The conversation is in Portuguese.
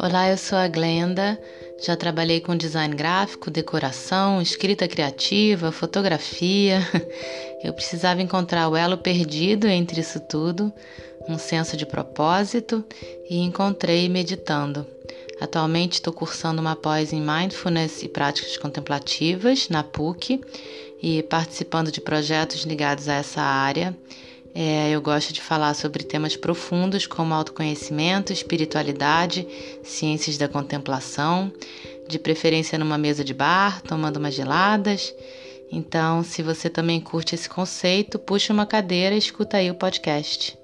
Olá, eu sou a Glenda, já trabalhei com design gráfico, decoração, escrita criativa, fotografia. Eu precisava encontrar o elo perdido entre isso tudo, um senso de propósito, e encontrei meditando. Atualmente estou cursando uma pós em Mindfulness e Práticas Contemplativas na PUC e participando de projetos ligados a essa área. Eu gosto de falar sobre temas profundos como autoconhecimento, espiritualidade, ciências da contemplação, de preferência numa mesa de bar, tomando umas geladas. Então, se você também curte esse conceito, puxa uma cadeira e escuta aí o podcast.